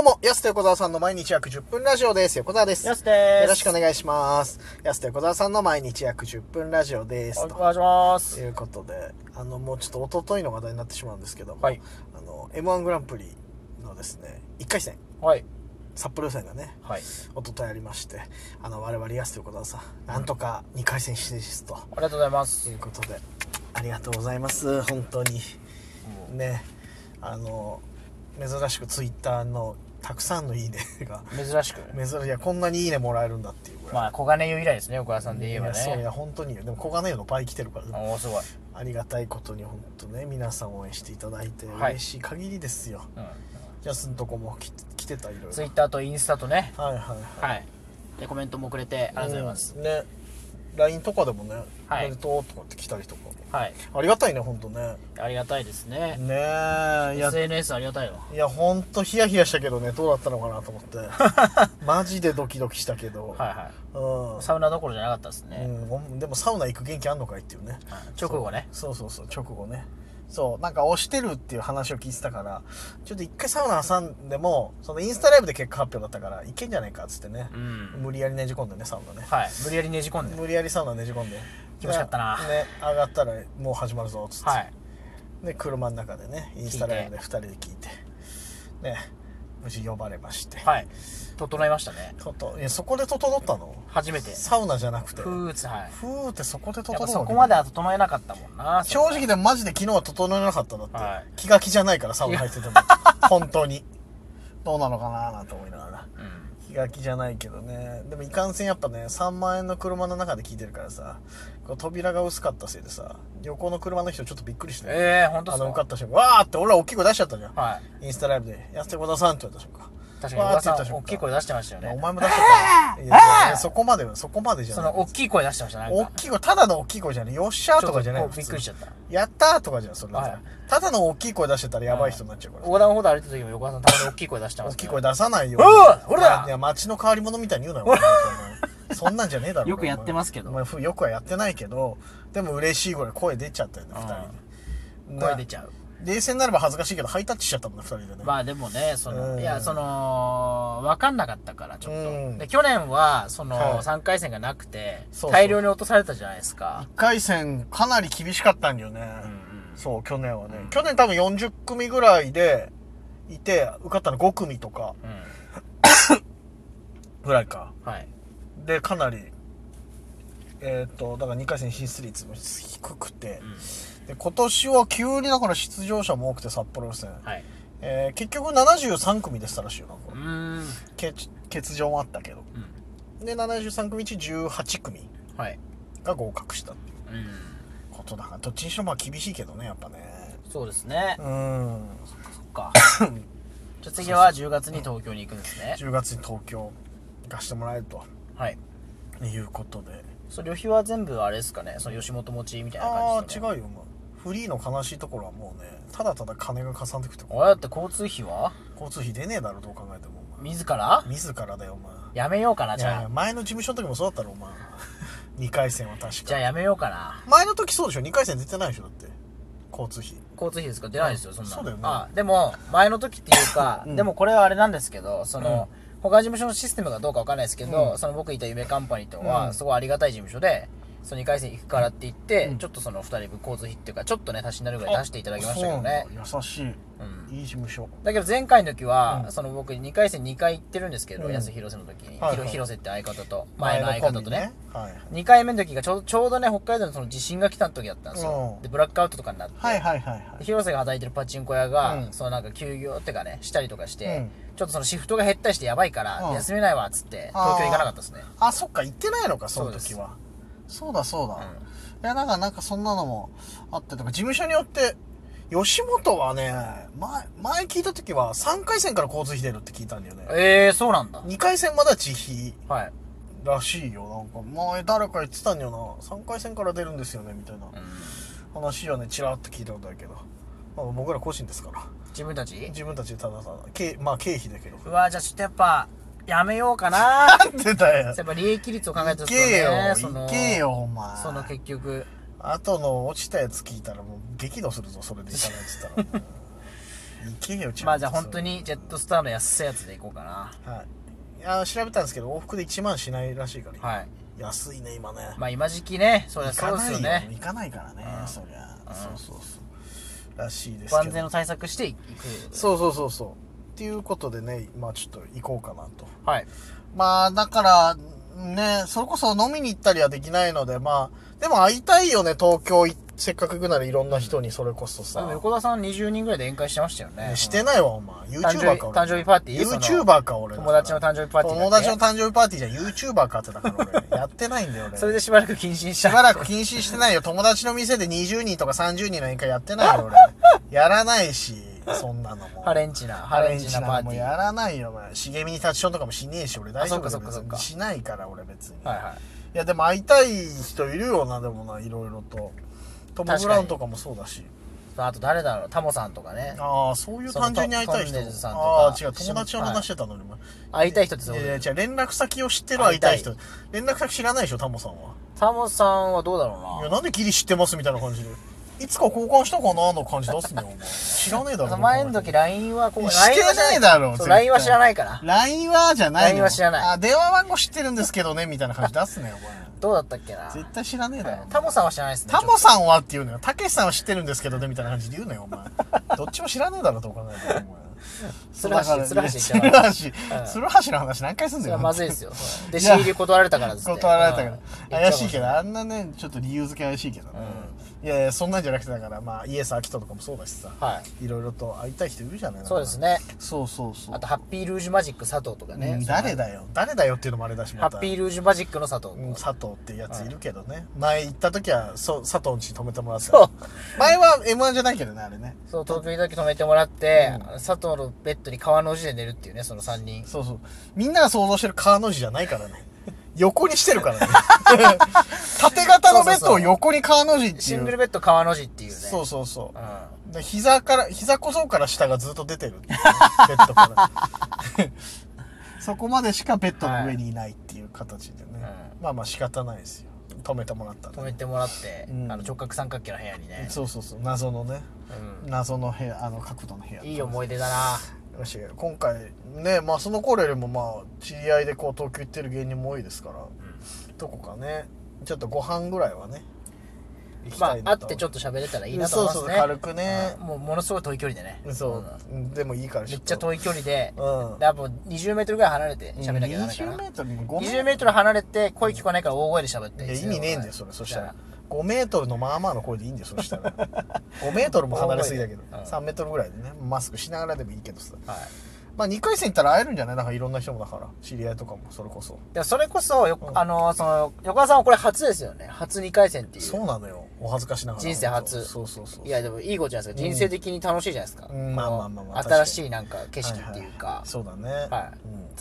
も、安と横澤さんの毎日約10分ラジオです。横澤です。 やすです。 よろしくお願いします。安と横澤さんの毎日約10分ラジオです。 お願いします。 ということで、もうちょっと一昨日の話題になってしまうんですけども、 はい、 M1 グランプリのですね、1回戦、 はい、 札幌予選がね、 はい、 一昨日ありまして、我々安と横澤さん、なんとか2回戦進出と。 ありがとうございます。 ということで、ありがとうございます。本当に。ね、珍しくツイッターのたくさんのいいねが珍しくいやこんなにいいねもらえるんだっていうぐらい、 まあ小金湯以来ですね、横川さんで言えばね。 そういや本当にでも小金湯の倍来てるから、 おおすごいありがたいことに本当ね皆さん応援していただいて嬉しい限りですよ。ジャスのとこも来てたいろいろツイッターとインスタとね、 はいはいはい、でコメントもくれてありがとうございます。 ね LINE とかでもね、 はい、 おめでとうとかって来たりとか、 はい、 ありがたいね本当ね。 ありがたいですね。 ねえ SNS ありがたいわ。 いや本当ヒヤヒヤしたけどね、どうだったのかなと思ってマジでドキドキしたけど、 はいはい、うん、サウナどころじゃなかったですね。 でもサウナ行く元気あんのかいっていうね、 直後ね。 そう直後ね。そうなんか押してるっていう話を聞いてたから、ちょっと一回サウナ挟んでもそのインスタライブで結果発表だったからいけんじゃないかっつってね、無理やりねじ込んでね、サウナね。 はい、無理やりねじ込んで、 無理やりサウナねじ込んで気持ちよかったな。 ね、上がったらもう始まるぞっつって、 はい、 で車の中でねインスタライブで2人で聞いてね、無事呼ばれまして、 はい、整いましたね。 いやそこで整ったの初めて。 サウナじゃなくてふーつ、はい、 ふーってそこで整うわけ。 そこまでは整えなかったもんな。 正直でもマジで昨日は整えなかったんだって、 はい、 気が気じゃないからサウナ入ってても本当にどうなのかなーなんて思いながら、気が気じゃないけどね。でもいかんせんやっぱね3万円の車の中で聞いてるからさ、こう扉が薄かったせいでさ、横の車の人ちょっとびっくりして、 本当ですか。 受かった瞬間わーって俺ら大きい声出しちゃったじゃん、はい、インスタライブでやってくださんって言われた瞬間、 確かに横川さん大きい声出してましたよね。 お前も出しちゃったいやそこまでじゃない。 その大きい声出してました。なんか大きい声、ただの大きい声じゃない、よっしゃーとかじゃない。 びっくりしちゃった。 やったーとかじゃんそれ、はい、ただの大きい声出してたらやばい人になっちゃうから、 横断歩道歩いた時も横川さんたまに大きい声出してます、 大きい声出さないよ。 俺だ。 いや街の変わり者みたいに言うなよそんなんじゃねえだろ。 よくやってますけど。 よくはやってないけど、でも嬉しいぐらい声出ちゃったよね、2人で。 声出ちゃう。 冷静になれば恥ずかしいけどハイタッチしちゃったもんね、2人でね。 まあでもね、いや分かんなかったからちょっと、で去年は3回戦がなくて大量に落とされたじゃないですか。 1回戦かなり厳しかったんだよね。そう去年はね、去年多分40組ぐらいでいて受かったの5組とかぐらいか。はい。でかなりだから2回戦進出率も低くて、で今年は急にだから出場者も多くて、札幌予選、はい、結局73組でしたらしいよ。なんか欠場もあったけど、で73組中18組が合格したっていうことだから、どっちにしろまあ厳しいけどね、やっぱね。 そうですね。そっかじゃあ次は10月に東京に行くんですね。 10月に東京行かしてもらえると、はい、いうことで、 旅費は全部あれですかね、その吉本持ちみたいな感じですかね。 違うよ、フリーの悲しいところはもうね、ただただ金がかさんでくってこと。 だって交通費は交通費出ねえだろ、どう考えても。 自らだよお前。 やめようかな。じゃあ前の事務所の時もそうだったろお前2回戦は確か。 じゃあやめようかな。 前の時そうでしょ、2回戦出てないでしょ、だって交通費ですか。出ないですよ、そんな。 そうだよね。 でも前の時っていうか、でもこれはあれなんですけど、他事務所のシステムがどうかわかんないですけど、僕いた夢カンパニーとはすごいありがたい事務所で、2回戦行くからって言って、ちょっと2人分交通費っていうかちょっとね足しになるぐらい出していただきましたけどね。 優しい、いい事務所だけど前回の時は、僕2回戦2回行ってるんですけど、安広瀬の時に、広瀬って相方と前の相方とね、2回目の時がちょうどね北海道の地震が来た時だったんですよ。でブラックアウトとかになって、広瀬が働いてるパチンコ屋がなんか休業ってかねしたりとかして、ちょっとシフトが減ったりしてやばいから休めないわっつって東京行かなかったですね。 そっか、行ってないのかその時は。そうだ、いやなんかそんなのもあってとか、事務所によって吉本はね、前聞いた時は3回戦から交通費出るって聞いたんだよね。 そうなんだ。 2回戦までは自費らしいよ。なんか前誰か言ってたんよな、3回戦から出るんですよねみたいな話はねチラッと聞いたことあるけど、僕ら個人ですから。自分たちでただ経費だけど。 じゃあちょっとやっぱやめようかな。 なんでだよ。 やっぱ利益率を考えたら行けよ、お前。 結局。 後の落ちたやつ聞いたらもう激怒するぞ、それでいかないって言ったら。 けよ、 まあじゃあ本当にジェットスターの安いやつで行こうかな。 はい。いや、調べたんですけど、往復で1万しないらしいから。 はい。 安いね、今ね。 まあ今時期ね、そりゃそうですよね。 行かないからね、そりゃ。そうそうそう。らしいですけど。 万全の対策していく。 そうそうそうそう。っていうことでね、まあちょっと行こうかなと。 はい。 まあだから、ね、それこそ飲みに行ったりはできないので、まあ、でも会いたいよね、東京せっかく行くならいろんな人にそれこそさ。 横田さん20人ぐらいで宴会してましたよね。 してないわ、お前。YouTuber か、 俺。誕生日パーティー ?YouTuber か、俺。 友達の誕生日パーティー。 友達の誕生日パーティーじゃ YouTuber かってだから俺。やってないんだよ、俺。 それでしばらく謹慎した。 しばらく謹慎してないよ。友達の店で20人とか30人の宴会やってないよ、俺。やらないし、そんなのも。 ハレンチなパーティー。 もうやらないよ、お前。茂みに立ちションとかもしねえし、俺大丈夫だよ。しないから、俺別に。 はいはい。 いや、でも会いたい人いるよな、でもな、いろいろと。トム・ブラウンとかもそうだし。 あと誰だろう、タモさんとかね。 ああ、そういう単純に会いたい人。 ああ、違う、友達の話してたのに。 会いたい人ってそういや、違う、連絡先を知ってる会いたい人。連絡先知らないでしょ、タモさんは。 タモさんはどうだろうな。 いや、なんでギリ知ってますみたいな感じで。いつか交換したかなの感じ出すねよ、お前。知らねえだろ。 前の時 LINE はこう、してねえだろ。 LINE は知らないから。 LINE はじゃないの。 LINE は知らない。 あ、電話番号知ってるんですけどね、みたいな感じ出すねよ、お前。 どうだったっけな。 絶対知らねえだろ。 タモさんは知らないですね。 タモさんはって言うのよ。たけしさんは知ってるんですけどね、みたいな感じで言うのよ、お前。どっちも知らねえだろ、どう考えても、お前。 鶴橋の話何回すんだよ。 それはまずいですよ。弟子入り断られたからですね。 断られたから。怪しいけど、あんなね、ちょっと理由付け怪しいけどね。いやいや、そんなんじゃなくて、だから、まあ、イエス・アキトとかもそうだしさ。はい。いろいろと会いたい人いるじゃない。 そうですね。 そうそうそう。 あと、ハッピールージュマジック佐藤とかね。 誰だよっていうのもあれだし、 ハッピールージュマジックの佐藤。 佐藤っていうやついるけどね。前行った時は、佐藤んち泊めてもらった。そう。前は M1 じゃないけどね、あれね。 そう、東京行った時泊めてもらって、佐藤のベッドに川の字で寝るっていうね、その3人。 そうそう。みんなが想像してる川の字じゃないからね。横にしてるからね。縦型のベッドを横に川の字っていう。 シングルベッド川の字っていうね。 そうそうそう。で膝小僧から下がずっと出てる。ベッドから。そこまでしかベッドの上にいないっていう形でね。まあまあ仕方ないですよ。止めてもらった止めてもらって、直角三角形の部屋にね。 そうそうそう。謎のね。謎の部屋、角度の部屋。 いい思い出だな。 今回ね、まあその頃よりもまあ知り合いでこう東京行ってる芸人も多いですから、どこかねちょっとご飯ぐらいはね行きたいなと。まあ会ってちょっと喋れたらいいなと思いますね。 そうそう、軽くね、 ものすごい遠い距離でね。 そう、でもいいからめっちゃ遠い距離で、やっぱ20メートルぐらい離れて喋んなきゃダメかな。20メートル離れて声聞こえないから大声で喋って。 意味ねえんだよそれ。そしたら5メートルのまあまあの声でいいんだよ、そしたら。5メートルも離れすぎだけど、3メートルぐらいでね、マスクしながらでもいいけどさ。まあ2回戦行ったら会えるんじゃない？なんかいろんな人もだから、知り合いとかもそれこそ。いや、それこそ、横川さんはこれ初ですよね。初2回戦っていう。 そうなのよ。お恥ずかしながら。 人生初。 そうそうそう。 いや、でもいいことじゃないですか。人生的に楽しいじゃないですか。 まあまあまあ。 新しいなんか景色っていうか。 そうだね。 はい。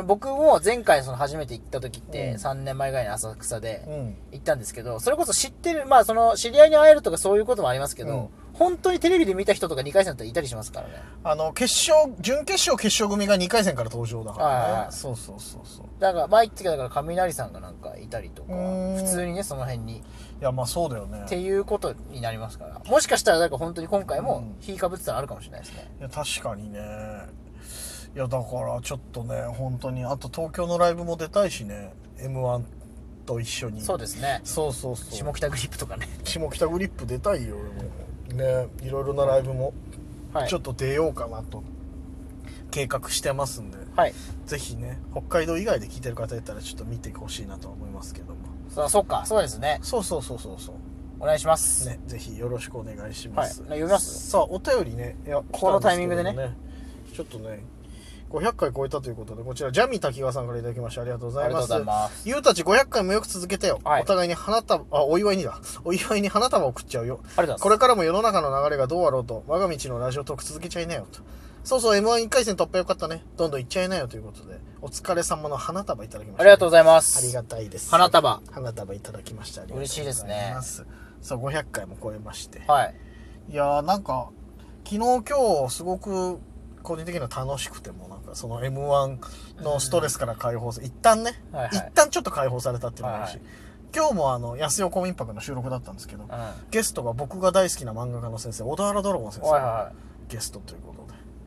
僕も前回初めて行った時って3年前ぐらいに浅草で行ったんですけど、それこそ知ってる、まあ知り合いに会えるとかそういうこともありますけど、本当にテレビで見た人とか2回戦だったらいたりしますからね。 準決勝、決勝組が2回戦から登場だからね。そうそうそうそう。 だから、前言ってたから雷さんがなんかいたりとか、普通にね、その辺に。いや、まあそうだよね。 っていうことになりますから。もしかしたら、なんか本当に今回も、火かぶってたらあるかもしれないですね。 いや、確かにね。いや、だからちょっとね、本当に、あと東京のライブも出たいしね、M1 と一緒に。 そうですね。 そうそうそう。 下北グリップとかね。 下北グリップ出たいよ、俺も。ね、いろいろなライブもちょっと出ようかなと計画してますんで、ぜひね北海道以外で聞いてる方いたらちょっと見てほしいなと思いますけども。 そうか、そうですね。 そうお願いしますね。ぜひよろしくお願いします。 読みます。 さあお便りね、 このタイミングでねちょっとね500回超えたということで、こちらジャミ滝川さんからいただきましてありがとうございます。ゆうたち500回もよく続けてよ、お互いにお祝いに花束を送っちゃうよ。これからも世の中の流れがどうあろうと我が道のラジオトーク続けちゃいなよと。そうそう、 M11 回戦突破よかったね、どんどんいっちゃいなよということで、お疲れ様の花束いただきました。 ありがとうございます。 ありがたいです。 花束いただきました。 嬉しいですね。 そう、500回も超えまして、いやー、なんか昨日今日すごく個人的には楽しくても、なんかその M1 のストレスから解放一旦ちょっと解放されたっていうのもあるし、今日も安代コミンパクの収録だったんですけど、ゲストが僕が大好きな漫画家の先生、小田原ドラゴン先生、ゲストということで、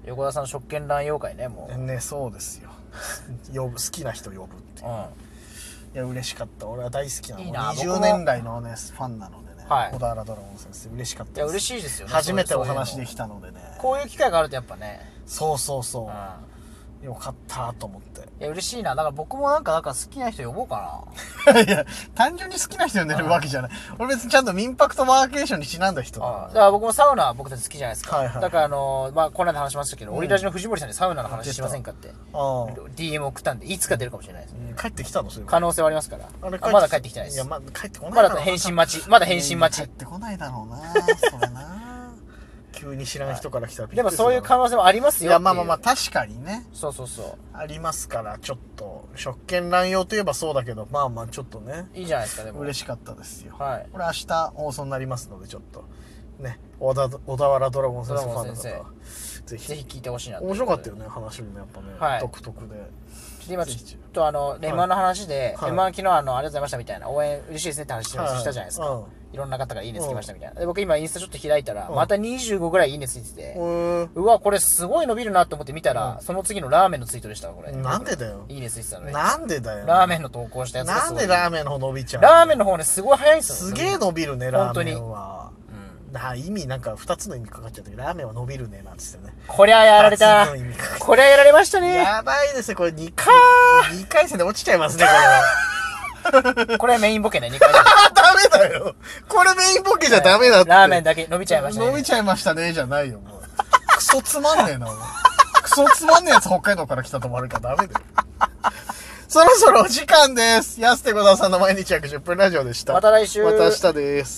横田さんの職権乱用会ね、もう。 ね、そうですよ。好きな人呼ぶっていう。いや、嬉しかった。俺は大好きなの。 いいな。 20年来のね、ファンなのでね。 はい。 小田原ドラゴン先生、嬉しかったです。 いや、嬉しいですよね。 初めてお話できたのでね。 こういう機会があるとやっぱね。 そうそうそう。よかったと思って。 いや、嬉しいな。だから僕もなんか好きな人呼ぼうかな。 いや、単純に好きな人呼んでるわけじゃない。俺別にちゃんと民泊とワーケーションにちなんだ人だ。 だから僕もサウナ僕たち好きじゃないですか。 はいはい。 だからまあ、この間話しましたけど、オリラジの藤森さんにサウナの話しませんかって。DM 送ったんで、いつか出るかもしれないです。 帰ってきたのそれ可能性はありますから。まだ帰ってきてないです。 いや、まだ帰ってこない。 まだ返信待ち。まだ返信待ち。 帰ってこないだろうな。それな。急に知らん人から来たらでもそういう可能性もありますよ。 いや、まあ確かにね。 そうそうそう。 ありますから、ちょっと、職権乱用といえばそうだけど、まあちょっとね。 いいじゃないですか、でも。 嬉しかったですよ。 はい。 これ明日放送になりますので、ちょっと、ね、小田原ドラゴン先生ファンの方は、 ぜひ聞いてほしいなと。 面白かったよね、話もやっぱね。はい。独特で。 今ちょっとレマンの話で、レマン昨日ありがとうございましたみたいな、応援嬉しいですねって話したじゃないですか。いろんな方がいいねつきましたみたいな。で、僕今インスタちょっと開いたら、また25ぐらいいいねついてて、うわ、これすごい伸びるなと思って見たら、その次のラーメンのツイートでしたこれ。 なんでだよ。 いいねついてたのね。 なんでだよ。 ラーメンの投稿したやつがなんでラーメンの方伸びちゃう。 ラーメンの方ね、すごい早いんですよ。すげえ伸びるね、ラーメンは。意味なんか2つの意味かかっちゃったけど、ラーメンは伸びるねなんつってね。 こりゃやられた。こりゃやられましたね。 やばいですね、これ2回戦で落ちちゃいますね、これは。 これメインボケね、2回戦。 ダメだよ。これメインボケじゃダメだって。 ラーメンだけ伸びちゃいましたね。 伸びちゃいましたね、じゃないよ、もう。クソつまんねえな、クソつまんねえやつ北海道から来たと思われるからダメだよ。そろそろお時間です。安手小沢さんの毎日約10分ラジオでした。 また来週。 また明日です。